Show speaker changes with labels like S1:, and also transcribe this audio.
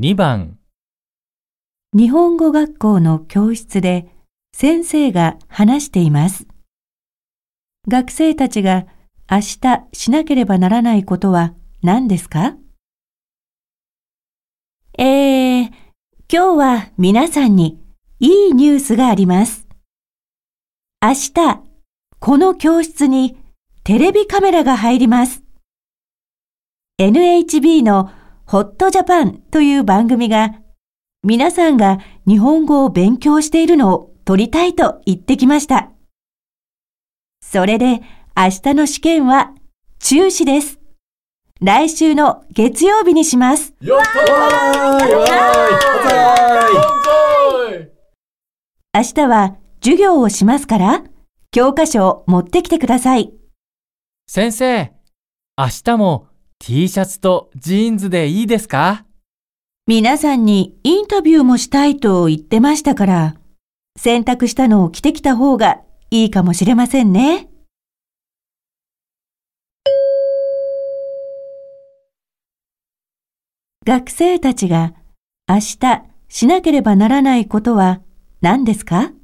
S1: 2番。
S2: 日本語学校の教室で先生が話しています。学生たちが明日しなければならないことは何ですか？今日は皆さんにいいニュースがあります。明日、この教室にテレビカメラが入ります。NHB のホットジャパンという番組が皆さんが日本語を勉強しているのを撮りたいと言ってきました。それで明日の試験は中止です。来週の月曜日にします。
S3: やったー！
S2: 明日は授業をしますから、教科書を持ってきてください。
S1: 先生、明日も T シャツとジーンズでいいですか？
S2: 皆さんにインタビューもしたいと言ってましたから、洗濯したのを着てきた方がいいかもしれませんね。学生たちが明日しなければならないことは何ですか？